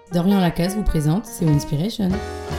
Dorian Lacasse vous présente SEO Inspiration.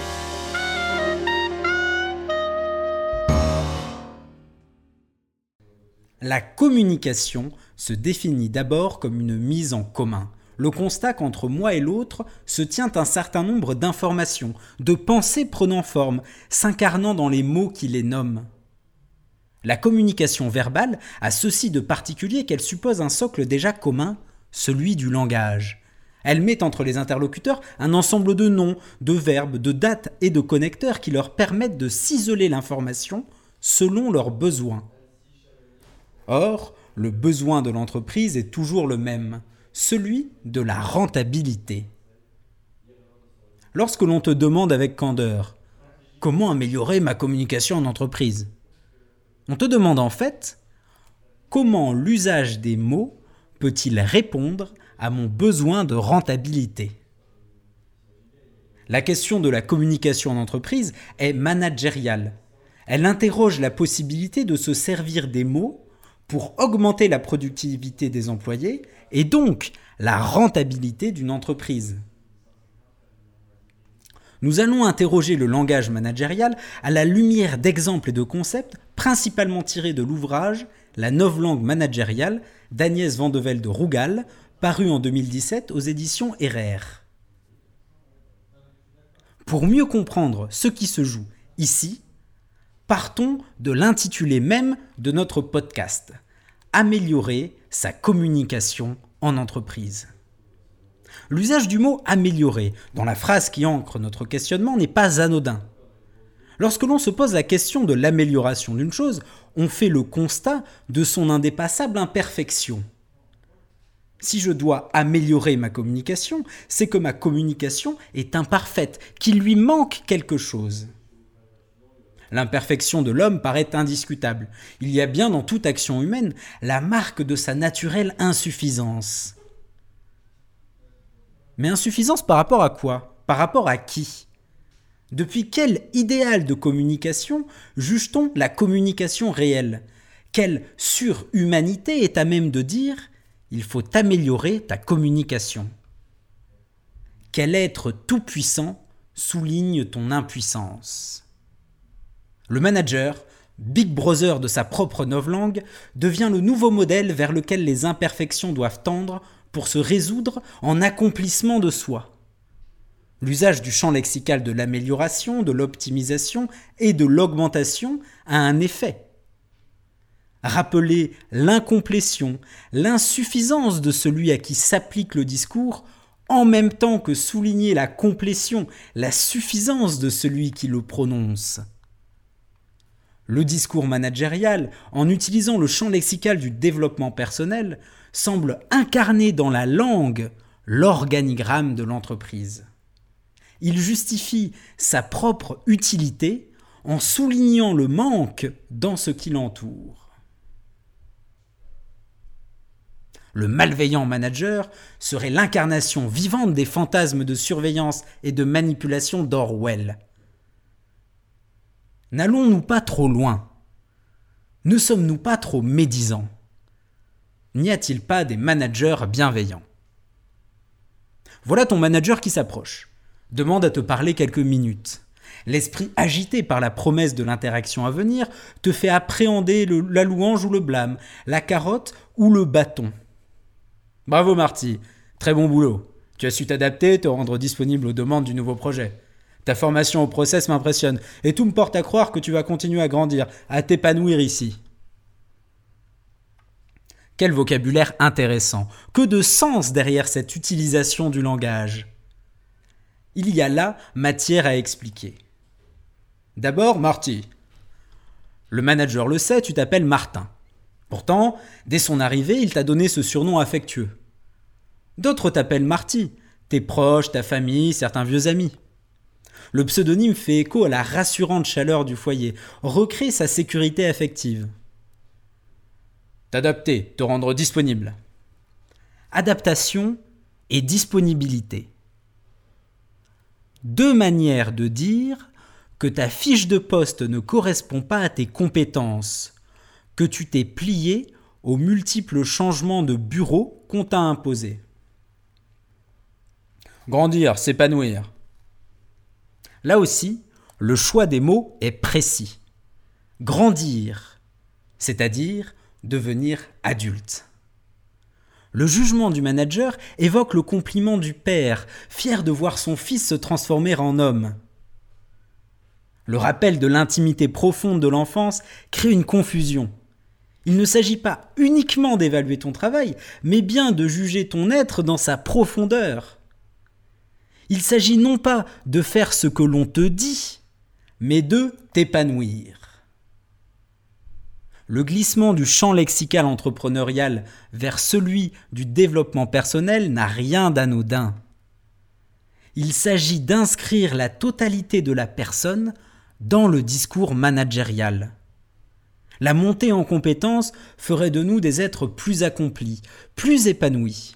La communication se définit d'abord comme une mise en commun. Le constat qu'entre moi et l'autre se tient un certain nombre d'informations, de pensées prenant forme, s'incarnant dans les mots qui les nomment. La communication verbale a ceci de particulier qu'elle suppose un socle déjà commun, celui du langage. Elle met entre les interlocuteurs un ensemble de noms, de verbes, de dates et de connecteurs qui leur permettent de ciseler l'information selon leurs besoins. Or, le besoin de l'entreprise est toujours le même, celui de la rentabilité. Lorsque l'on te demande avec candeur « Comment améliorer ma communication en entreprise ?», on te demande en fait « Comment l'usage des mots peut-il répondre à mon besoin de rentabilité ?» La question de la communication en entreprise est managériale. Elle interroge la possibilité de se servir des mots pour augmenter la productivité des employés et donc la rentabilité d'une entreprise. Nous allons interroger le langage managérial à la lumière d'exemples et de concepts principalement tirés de l'ouvrage « La novlangue managériale » d'Agnès Van de Velde-Rougall, paru en 2017 aux éditions RR. Pour mieux comprendre ce qui se joue ici, partons de l'intitulé même de notre podcast « Améliorer sa communication en entreprise ». L'usage du mot « améliorer » dans la phrase qui ancre notre questionnement n'est pas anodin. Lorsque l'on se pose la question de l'amélioration d'une chose, on fait le constat de son indépassable imperfection. Si je dois améliorer ma communication, c'est que ma communication est imparfaite, qu'il lui manque quelque chose. L'imperfection de l'homme paraît indiscutable. Il y a bien dans toute action humaine la marque de sa naturelle insuffisance. Mais insuffisance par rapport à quoi ? Par rapport à qui ? Depuis quel idéal de communication juge-t-on la communication réelle ? Quelle surhumanité est à même de dire « il faut améliorer ta communication » ? Quel être tout-puissant souligne ton impuissance ? Le manager, Big Brother de sa propre novlangue, devient le nouveau modèle vers lequel les imperfections doivent tendre pour se résoudre en accomplissement de soi. L'usage du champ lexical de l'amélioration, de l'optimisation et de l'augmentation a un effet. Rappeler l'incomplétion, l'insuffisance de celui à qui s'applique le discours, en même temps que souligner la complétion, la suffisance de celui qui le prononce. Le discours managérial, en utilisant le champ lexical du développement personnel, semble incarner dans la langue l'organigramme de l'entreprise. Il justifie sa propre utilité en soulignant le manque dans ce qui l'entoure. Le malveillant manager serait l'incarnation vivante des fantasmes de surveillance et de manipulation d'Orwell. N'allons-nous pas trop loin ? Ne sommes-nous pas trop médisants ? N'y a-t-il pas des managers bienveillants ? Voilà ton manager qui s'approche. Demande à te parler quelques minutes. L'esprit agité par la promesse de l'interaction à venir te fait appréhender la louange ou le blâme, la carotte ou le bâton. Bravo Marty, très bon boulot. Tu as su t'adapter, te rendre disponible aux demandes du nouveau projet. Ta formation au process m'impressionne et tout me porte à croire que tu vas continuer à grandir, à t'épanouir ici. Quel vocabulaire intéressant, que de sens derrière cette utilisation du langage. Il y a là matière à expliquer. D'abord, Marty. Le manager le sait, tu t'appelles Martin. Pourtant, dès son arrivée, il t'a donné ce surnom affectueux. D'autres t'appellent Marty, tes proches, ta famille, certains vieux amis. Le pseudonyme fait écho à la rassurante chaleur du foyer, recrée sa sécurité affective. T'adapter, te rendre disponible. Adaptation et disponibilité. Deux manières de dire que ta fiche de poste ne correspond pas à tes compétences, que tu t'es plié aux multiples changements de bureau qu'on t'a imposés. Grandir, s'épanouir. Là aussi, le choix des mots est précis. Grandir, c'est-à-dire devenir adulte. Le jugement du manager évoque le compliment du père, fier de voir son fils se transformer en homme. Le rappel de l'intimité profonde de l'enfance crée une confusion. Il ne s'agit pas uniquement d'évaluer ton travail, mais bien de juger ton être dans sa profondeur. Il s'agit non pas de faire ce que l'on te dit, mais de t'épanouir. Le glissement du champ lexical entrepreneurial vers celui du développement personnel n'a rien d'anodin. Il s'agit d'inscrire la totalité de la personne dans le discours managérial. La montée en compétences ferait de nous des êtres plus accomplis, plus épanouis.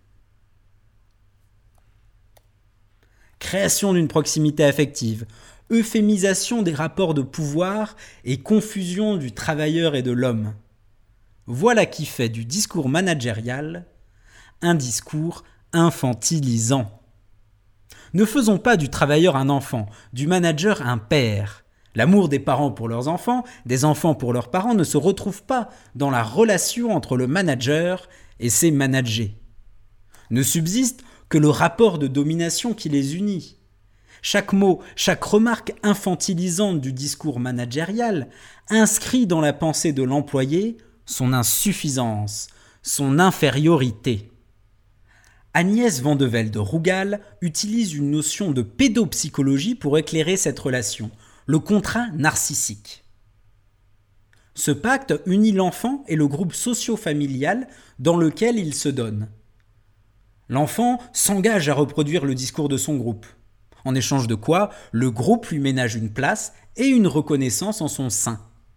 Création d'une proximité affective, euphémisation des rapports de pouvoir et confusion du travailleur et de l'homme. Voilà qui fait du discours managérial un discours infantilisant. Ne faisons pas du travailleur un enfant, du manager un père. L'amour des parents pour leurs enfants, des enfants pour leurs parents ne se retrouve pas dans la relation entre le manager et ses managés. Ne subsiste que le rapport de domination qui les unit. Chaque mot, chaque remarque infantilisante du discours managérial inscrit dans la pensée de l'employé son insuffisance, son infériorité. Agnès Van de Velde-Rougall utilise une notion de pédopsychologie pour éclairer cette relation, le contrat narcissique. Ce pacte unit l'enfant et le groupe socio-familial dans lequel il se donne. L'enfant s'engage à reproduire le discours de son groupe, en échange de quoi le groupe lui ménage une place et une reconnaissance en son sein.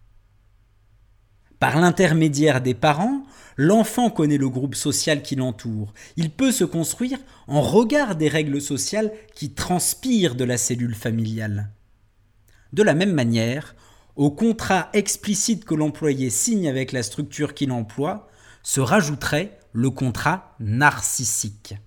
Par l'intermédiaire des parents, l'enfant connaît le groupe social qui l'entoure. Il peut se construire en regard des règles sociales qui transpirent de la cellule familiale. De la même manière, au contrat explicite que l'employé signe avec la structure qu'il emploie, se rajouterait le contrat narcissique.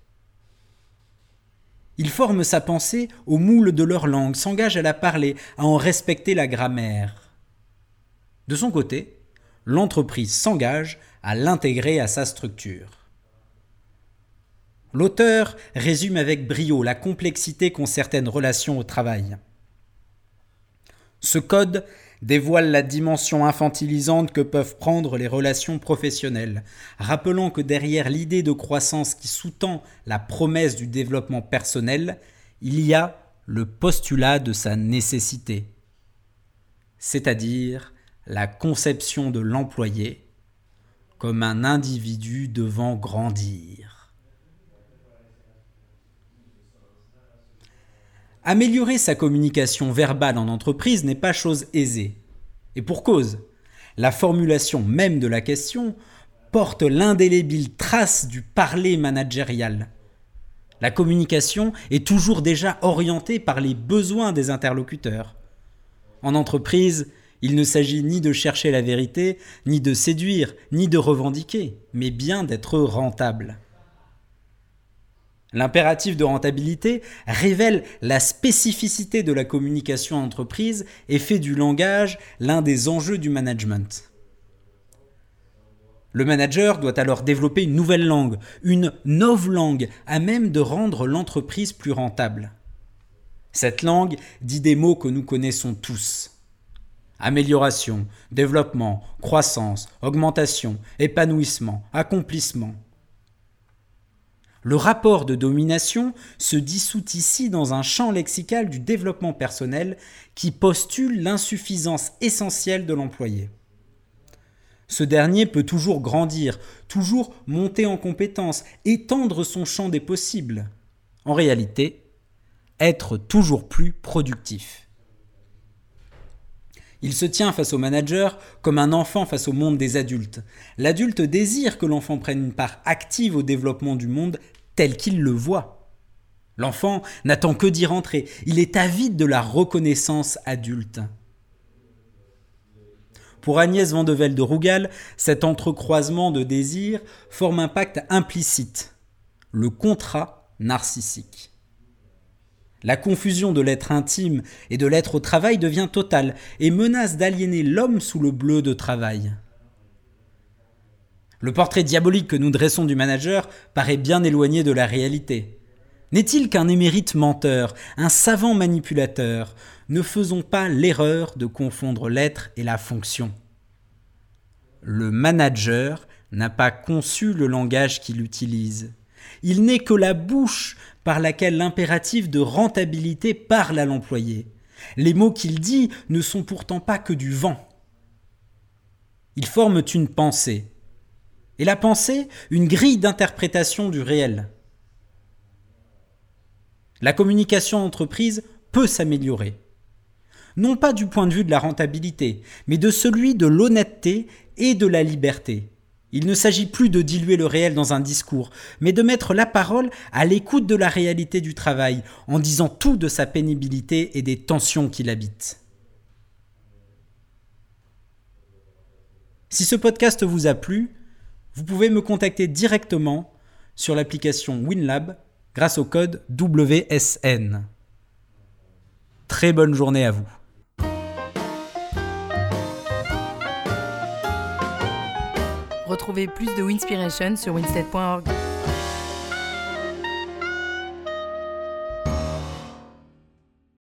Il forme sa pensée au moule de leur langue, s'engage à la parler, à en respecter la grammaire. De son côté, l'entreprise s'engage à l'intégrer à sa structure. L'auteur résume avec brio la complexité qu'ont certaines relations au travail. Ce code dévoile la dimension infantilisante que peuvent prendre les relations professionnelles, rappelant que derrière l'idée de croissance qui sous-tend la promesse du développement personnel, il y a le postulat de sa nécessité, c'est-à-dire la conception de l'employé comme un individu devant grandir. Améliorer sa communication verbale en entreprise n'est pas chose aisée. Et pour cause, la formulation même de la question porte l'indélébile trace du parler managérial. La communication est toujours déjà orientée par les besoins des interlocuteurs. En entreprise, il ne s'agit ni de chercher la vérité, ni de séduire, ni de revendiquer, mais bien d'être rentable. L'impératif de rentabilité révèle la spécificité de la communication en entreprise et fait du langage l'un des enjeux du management. Le manager doit alors développer une nouvelle langue, une novlangue à même de rendre l'entreprise plus rentable. Cette langue dit des mots que nous connaissons tous. Amélioration, développement, croissance, augmentation, épanouissement, accomplissement. Le rapport de domination se dissout ici dans un champ lexical du développement personnel qui postule l'insuffisance essentielle de l'employé. Ce dernier peut toujours grandir, toujours monter en compétences, étendre son champ des possibles. En réalité, être toujours plus productif. Il se tient face au manager comme un enfant face au monde des adultes. L'adulte désire que l'enfant prenne une part active au développement du monde tel qu'il le voit. L'enfant n'attend que d'y rentrer. Il est avide de la reconnaissance adulte. Pour Agnès Van de Velde-Rougall, cet entrecroisement de désirs forme un pacte implicite, le contrat narcissique. La confusion de l'être intime et de l'être au travail devient totale et menace d'aliéner l'homme sous le bleu de travail. Le portrait diabolique que nous dressons du manager paraît bien éloigné de la réalité. N'est-il qu'un émérite menteur, un savant manipulateur? Ne faisons pas l'erreur de confondre l'être et la fonction. Le manager n'a pas conçu le langage qu'il utilise. Il n'est que la bouche par laquelle l'impératif de rentabilité parle à l'employé. Les mots qu'il dit ne sont pourtant pas que du vent. Ils forment une pensée. Et la pensée, une grille d'interprétation du réel. La communication entreprise peut s'améliorer. Non pas du point de vue de la rentabilité, mais de celui de l'honnêteté et de la liberté. Il ne s'agit plus de diluer le réel dans un discours, mais de mettre la parole à l'écoute de la réalité du travail, en disant tout de sa pénibilité et des tensions qui l'habitent. Si ce podcast vous a plu, vous pouvez me contacter directement sur l'application WinLab grâce au code WSN. Très bonne journée à vous. Retrouvez plus de Winspiration sur winstead.org.